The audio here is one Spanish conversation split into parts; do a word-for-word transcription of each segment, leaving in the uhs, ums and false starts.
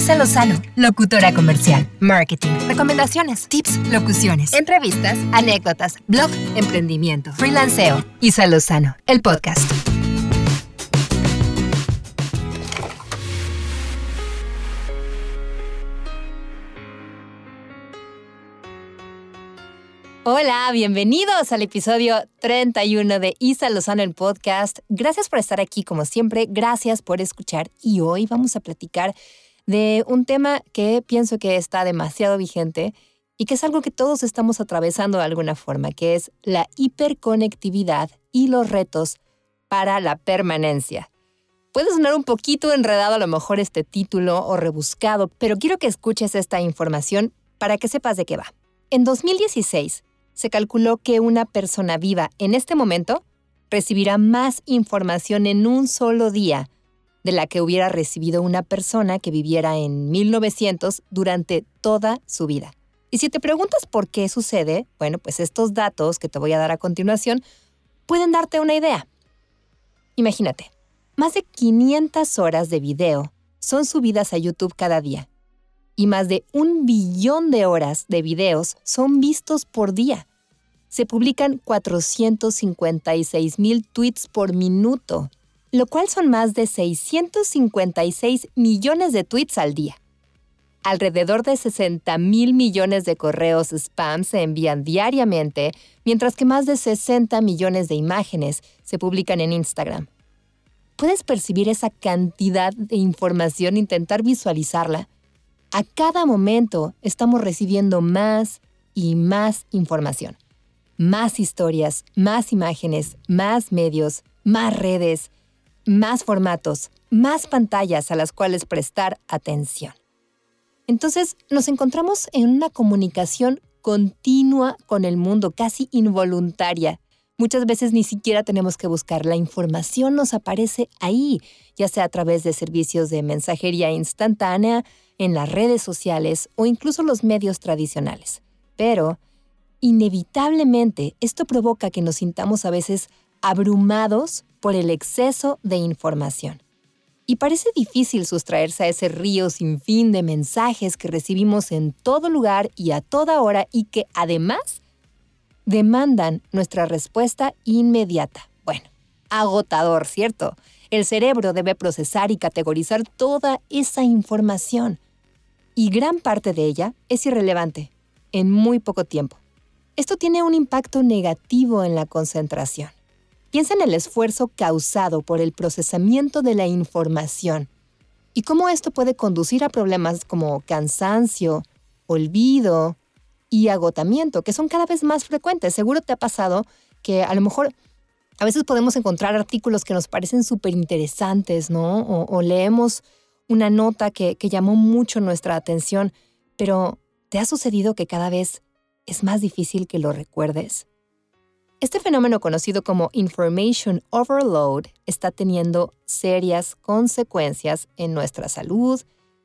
Isa Lozano, locutora comercial, marketing, recomendaciones, tips, locuciones, entrevistas, anécdotas, blog, emprendimiento, freelanceo. Isa Lozano, el podcast. Hola, bienvenidos al episodio treinta y uno de Isa Lozano, el podcast. Gracias por estar aquí como siempre, gracias por escuchar y hoy vamos a platicar de un tema que pienso que está demasiado vigente y que es algo que todos estamos atravesando de alguna forma, que es la hiperconectividad y los retos para la permanencia. Puede sonar un poquito enredado a lo mejor este título o rebuscado, pero quiero que escuches esta información para que sepas de qué va. En dos mil dieciséis, se calculó que una persona viva en este momento recibirá más información en un solo día de la que hubiera recibido una persona que viviera en mil novecientos durante toda su vida. Y si te preguntas por qué sucede, bueno, pues estos datos que te voy a dar a continuación pueden darte una idea. Imagínate, más de quinientas horas de video son subidas a YouTube cada día y más de un billón de horas de videos son vistos por día. Se publican cuatrocientos cincuenta y seis mil tweets por minuto, lo cual son más de seiscientos cincuenta y seis millones de tweets al día. Alrededor de sesenta mil millones de correos spam se envían diariamente, mientras que más de sesenta millones de imágenes se publican en Instagram. ¿Puedes percibir esa cantidad de información e intentar visualizarla? A cada momento estamos recibiendo más y más información. Más historias, más imágenes, más medios, más redes, más formatos, más pantallas a las cuales prestar atención. Entonces, nos encontramos en una comunicación continua con el mundo, casi involuntaria. Muchas veces ni siquiera tenemos que buscar, la información nos aparece ahí, ya sea a través de servicios de mensajería instantánea, en las redes sociales o incluso los medios tradicionales. Pero, inevitablemente, esto provoca que nos sintamos a veces abrumados por el exceso de información. Y parece difícil sustraerse a ese río sin fin de mensajes que recibimos en todo lugar y a toda hora y que, además, demandan nuestra respuesta inmediata. Bueno, agotador, ¿cierto? El cerebro debe procesar y categorizar toda esa información. Y gran parte de ella es irrelevante, en muy poco tiempo. Esto tiene un impacto negativo en la concentración. Piensa en el esfuerzo causado por el procesamiento de la información y cómo esto puede conducir a problemas como cansancio, olvido y agotamiento, que son cada vez más frecuentes. Seguro te ha pasado que a lo mejor a veces podemos encontrar artículos que nos parecen súper interesantes, ¿no? O, o leemos una nota que, que llamó mucho nuestra atención, pero ¿te ha sucedido que cada vez es más difícil que lo recuerdes? Este fenómeno conocido como information overload está teniendo serias consecuencias en nuestra salud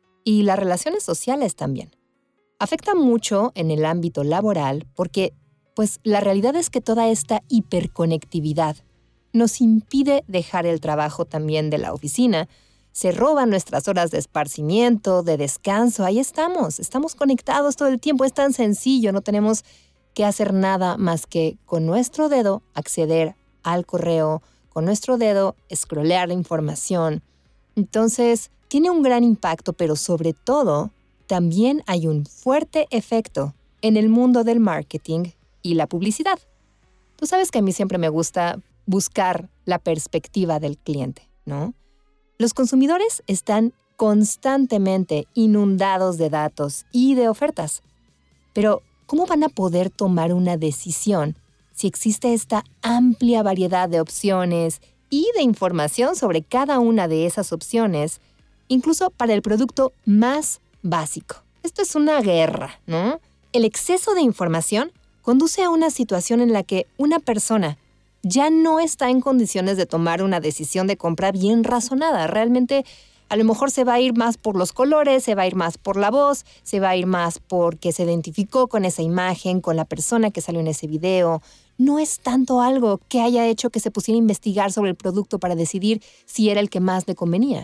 y las relaciones sociales también. Afecta mucho en el ámbito laboral porque, pues, la realidad es que toda esta hiperconectividad nos impide dejar el trabajo también de la oficina. Se roban nuestras horas de esparcimiento, de descanso. Ahí estamos, estamos conectados todo el tiempo. Es tan sencillo, no tenemos que hacer nada más que con nuestro dedo acceder al correo, con nuestro dedo scrollear la información. Entonces, tiene un gran impacto, pero sobre todo, también hay un fuerte efecto en el mundo del marketing y la publicidad. Tú sabes que a mí siempre me gusta buscar la perspectiva del cliente, ¿no? Los consumidores están constantemente inundados de datos y de ofertas. Pero, ¿cómo van a poder tomar una decisión si existe esta amplia variedad de opciones y de información sobre cada una de esas opciones, incluso para el producto más básico? Esto es una guerra, ¿no? El exceso de información conduce a una situación en la que una persona ya no está en condiciones de tomar una decisión de compra bien razonada. Realmente, a lo mejor se va a ir más por los colores, se va a ir más por la voz, se va a ir más porque se identificó con esa imagen, con la persona que salió en ese video. No es tanto algo que haya hecho que se pusiera a investigar sobre el producto para decidir si era el que más le convenía.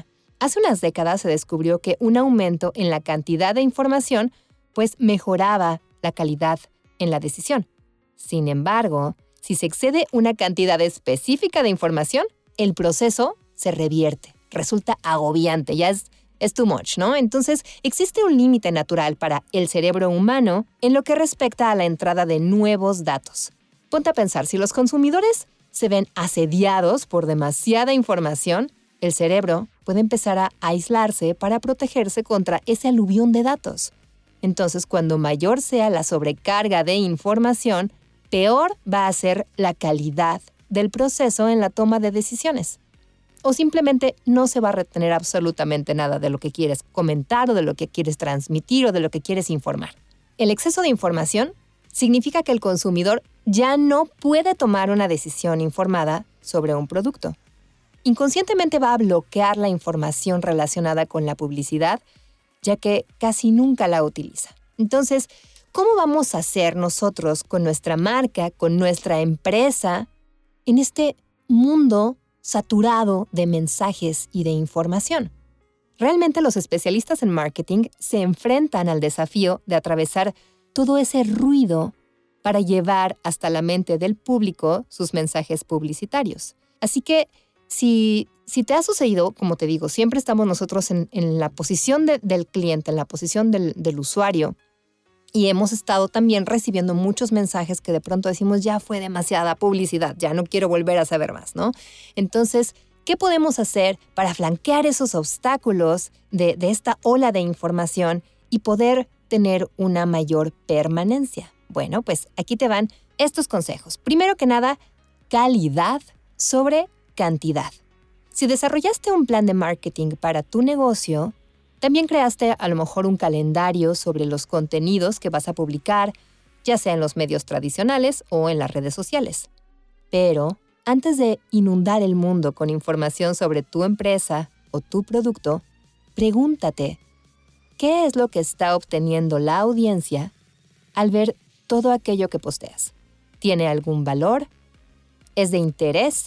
Hace unas décadas se descubrió que un aumento en la cantidad de información pues mejoraba la calidad en la decisión. Sin embargo, si se excede una cantidad específica de información, el proceso se revierte, resulta agobiante, ya es, es too much, ¿no? Entonces, existe un límite natural para el cerebro humano en lo que respecta a la entrada de nuevos datos. Ponte a pensar, si los consumidores se ven asediados por demasiada información, el cerebro puede empezar a aislarse para protegerse contra ese aluvión de datos. Entonces, cuando mayor sea la sobrecarga de información, peor va a ser la calidad del proceso en la toma de decisiones. O simplemente no se va a retener absolutamente nada de lo que quieres comentar o de lo que quieres transmitir o de lo que quieres informar. El exceso de información significa que el consumidor ya no puede tomar una decisión informada sobre un producto. Inconscientemente va a bloquear la información relacionada con la publicidad, ya que casi nunca la utiliza. Entonces, ¿cómo vamos a hacer nosotros con nuestra marca, con nuestra empresa, en este mundo saturado de mensajes y de información? Realmente los especialistas en marketing se enfrentan al desafío de atravesar todo ese ruido para llevar hasta la mente del público sus mensajes publicitarios. Así que, si, si te ha sucedido, como te digo, siempre estamos nosotros en, en la posición de, del cliente, en la posición del, del usuario, y hemos estado también recibiendo muchos mensajes que de pronto decimos, ya fue demasiada publicidad, ya no quiero volver a saber más, ¿no? Entonces, ¿qué podemos hacer para flanquear esos obstáculos de, de esta ola de información y poder tener una mayor permanencia? Bueno, pues aquí te van estos consejos. Primero que nada, calidad sobre cantidad. Si desarrollaste un plan de marketing para tu negocio, también creaste a lo mejor un calendario sobre los contenidos que vas a publicar, ya sea en los medios tradicionales o en las redes sociales. Pero antes de inundar el mundo con información sobre tu empresa o tu producto, pregúntate, ¿qué es lo que está obteniendo la audiencia al ver todo aquello que posteas? ¿Tiene algún valor? ¿Es de interés?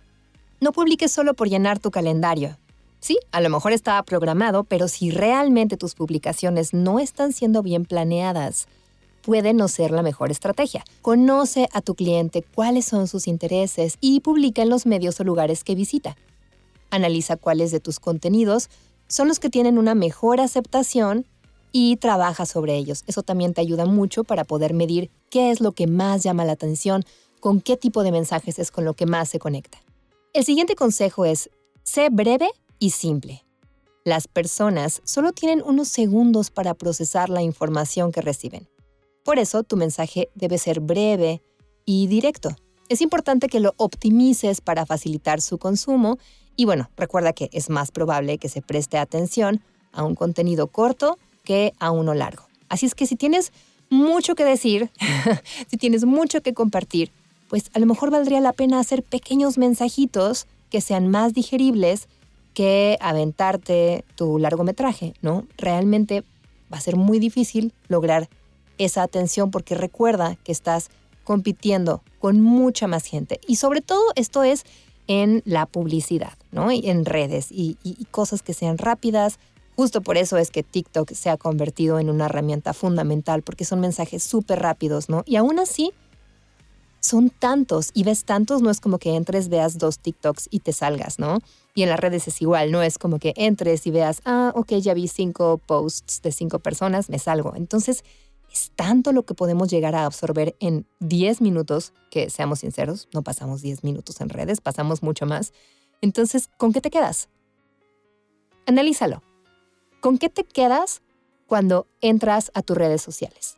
No publiques solo por llenar tu calendario. Sí, a lo mejor estaba programado, pero si realmente tus publicaciones no están siendo bien planeadas, puede no ser la mejor estrategia. Conoce a tu cliente cuáles son sus intereses y publica en los medios o lugares que visita. Analiza cuáles de tus contenidos son los que tienen una mejor aceptación y trabaja sobre ellos. Eso también te ayuda mucho para poder medir qué es lo que más llama la atención, con qué tipo de mensajes es con lo que más se conecta. El siguiente consejo es, sé breve y simple. Las personas solo tienen unos segundos para procesar la información que reciben. Por eso, tu mensaje debe ser breve y directo. Es importante que lo optimices para facilitar su consumo y, bueno, recuerda que es más probable que se preste atención a un contenido corto que a uno largo. Así es que si tienes mucho que decir, si tienes mucho que compartir, pues a lo mejor valdría la pena hacer pequeños mensajitos que sean más digeribles que aventarte tu largometraje, ¿no? Realmente va a ser muy difícil lograr esa atención porque recuerda que estás compitiendo con mucha más gente. Y sobre todo esto es en la publicidad, ¿no? Y en redes y, y, y cosas que sean rápidas. Justo por eso es que TikTok se ha convertido en una herramienta fundamental porque son mensajes súper rápidos, ¿no? Y aún así, son tantos y ves tantos, no es como que entres, veas dos TikToks y te salgas, ¿no? Y en las redes es igual, no es como que entres y veas, ah, ok, ya vi cinco posts de cinco personas, me salgo. Entonces, es tanto lo que podemos llegar a absorber en diez minutos, que seamos sinceros, no pasamos diez minutos en redes, pasamos mucho más. Entonces, ¿con qué te quedas? Analízalo. ¿Con qué te quedas cuando entras a tus redes sociales?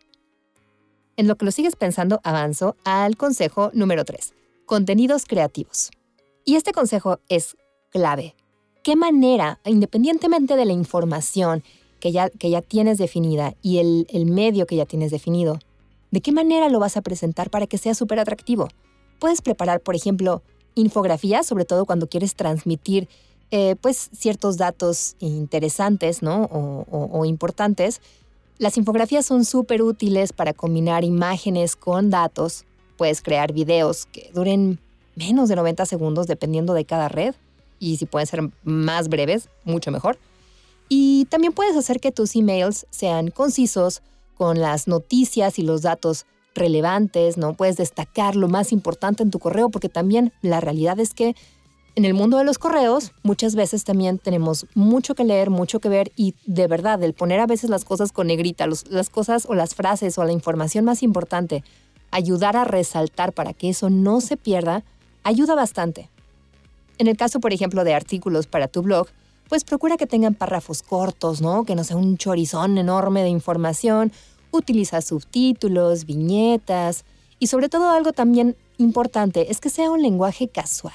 En lo que lo sigues pensando, avanzo al consejo número tres, contenidos creativos. Y este consejo es clave. ¿Qué manera, independientemente de la información que ya, que ya tienes definida y el, el medio que ya tienes definido, de qué manera lo vas a presentar para que sea súper atractivo? Puedes preparar, por ejemplo, infografías, sobre todo cuando quieres transmitir eh, pues, ciertos datos interesantes, ¿no? o, o, o importantes. Las infografías son súper útiles para combinar imágenes con datos. Puedes crear videos que duren menos de noventa segundos dependiendo de cada red y si pueden ser más breves, mucho mejor. Y también puedes hacer que tus emails sean concisos, con las noticias y los datos relevantes, ¿no? Puedes destacar lo más importante en tu correo, porque también la realidad es que en el mundo de los correos muchas veces también tenemos mucho que leer, mucho que ver, y de verdad, el poner a veces las cosas con negrita, los, las cosas o las frases o la información más importante, ayudar a resaltar para que eso no se pierda, ayuda bastante. En el caso, por ejemplo, de artículos para tu blog, pues procura que tengan párrafos cortos, ¿no? Que no sea un chorizón enorme de información. Utiliza subtítulos, viñetas y sobre todo algo también importante es que sea un lenguaje casual.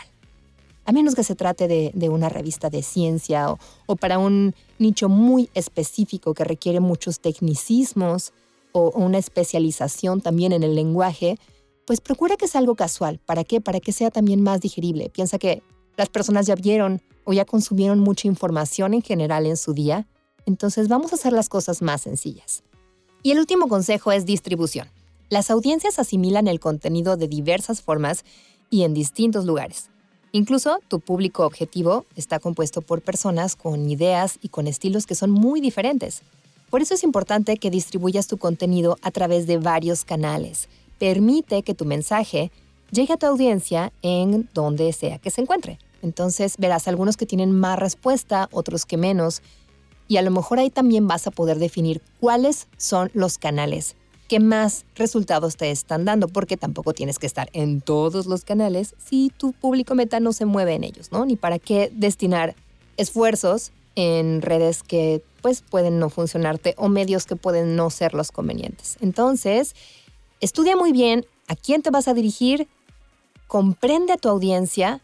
A menos que se trate de, de una revista de ciencia o, o para un nicho muy específico que requiere muchos tecnicismos o una especialización también en el lenguaje, pues procura que sea algo casual. ¿Para qué? Para que sea también más digerible. Piensa que las personas ya vieron o ya consumieron mucha información en general en su día, entonces vamos a hacer las cosas más sencillas. Y el último consejo es distribución. Las audiencias asimilan el contenido de diversas formas y en distintos lugares. Incluso tu público objetivo está compuesto por personas con ideas y con estilos que son muy diferentes. Por eso es importante que distribuyas tu contenido a través de varios canales. Permite que tu mensaje llegue a tu audiencia en donde sea que se encuentre. Entonces verás algunos que tienen más respuesta, otros que menos. Y a lo mejor ahí también vas a poder definir cuáles son los canales que más resultados te están dando, porque tampoco tienes que estar en todos los canales si tu público meta no se mueve en ellos, ¿no? Ni para qué destinar esfuerzos en redes que pues pueden no funcionarte o medios que pueden no ser los convenientes. Entonces, estudia muy bien a quién te vas a dirigir, comprende a tu audiencia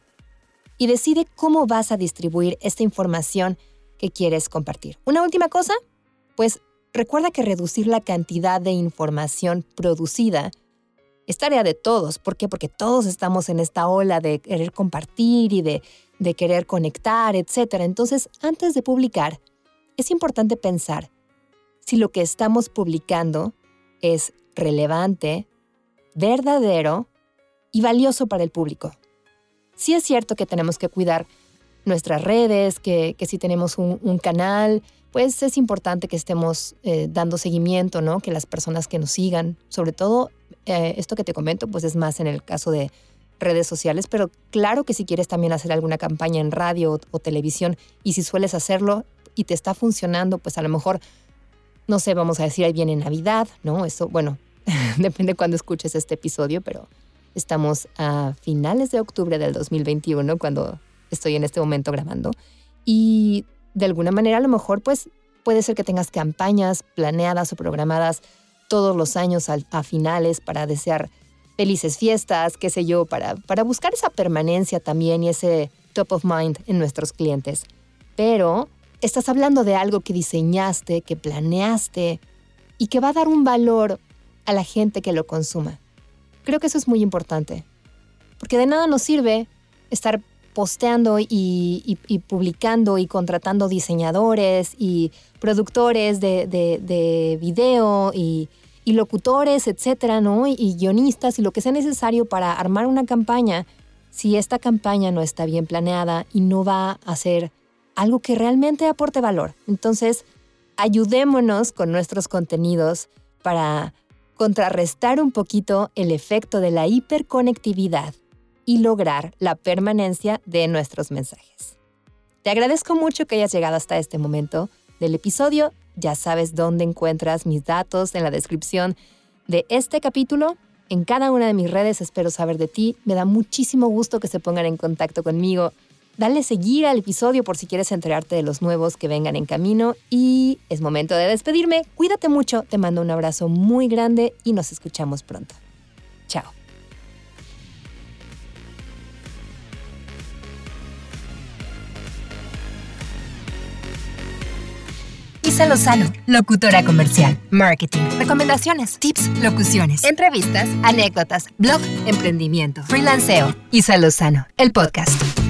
y decide cómo vas a distribuir esta información que quieres compartir. Una última cosa, pues recuerda que reducir la cantidad de información producida es tarea de todos. ¿Por qué? Porque todos estamos en esta ola de querer compartir y de, de querer conectar, etcétera. Entonces, antes de publicar, es importante pensar si lo que estamos publicando es relevante, verdadero y valioso para el público. Sí es cierto que tenemos que cuidar nuestras redes, que, que si tenemos un, un canal, pues es importante que estemos eh, dando seguimiento, ¿no? Que las personas que nos sigan, sobre todo eh, esto que te comento, pues es más en el caso de redes sociales, pero claro que si quieres también hacer alguna campaña en radio o, o televisión y si sueles hacerlo y te está funcionando, pues a lo mejor, no sé, vamos a decir, ahí viene Navidad, ¿no? Eso, bueno, depende cuando escuches este episodio, pero estamos a finales de octubre del dos mil veintiuno cuando estoy en este momento grabando y de alguna manera a lo mejor pues puede ser que tengas campañas planeadas o programadas todos los años a, a finales para desear felices fiestas, qué sé yo, para, para buscar esa permanencia también y ese top of mind en nuestros clientes. Pero estás hablando de algo que diseñaste, que planeaste y que va a dar un valor a la gente que lo consuma. Creo que eso es muy importante, porque de nada nos sirve estar posteando y, y, y publicando y contratando diseñadores y productores de, de, de video y, y locutores, etcétera, ¿no? Y, y guionistas y lo que sea necesario para armar una campaña, si esta campaña no está bien planeada y no va a ser algo que realmente aporte valor. Entonces, ayudémonos con nuestros contenidos para contrarrestar un poquito el efecto de la hiperconectividad y lograr la permanencia de nuestros mensajes. Te agradezco mucho que hayas llegado hasta este momento del episodio. Ya sabes dónde encuentras mis datos en la descripción de este capítulo. En cada una de mis redes espero saber de ti. Me da muchísimo gusto que se pongan en contacto conmigo. Dale seguir al episodio por si quieres enterarte de los nuevos que vengan en camino. Y es momento de despedirme. Cuídate mucho, te mando un abrazo muy grande y nos escuchamos pronto. Chao. Isa Lozano, locutora comercial, marketing, recomendaciones, tips, locuciones, entrevistas, anécdotas, blog, emprendimiento, freelanceo. Isa Lozano, el podcast.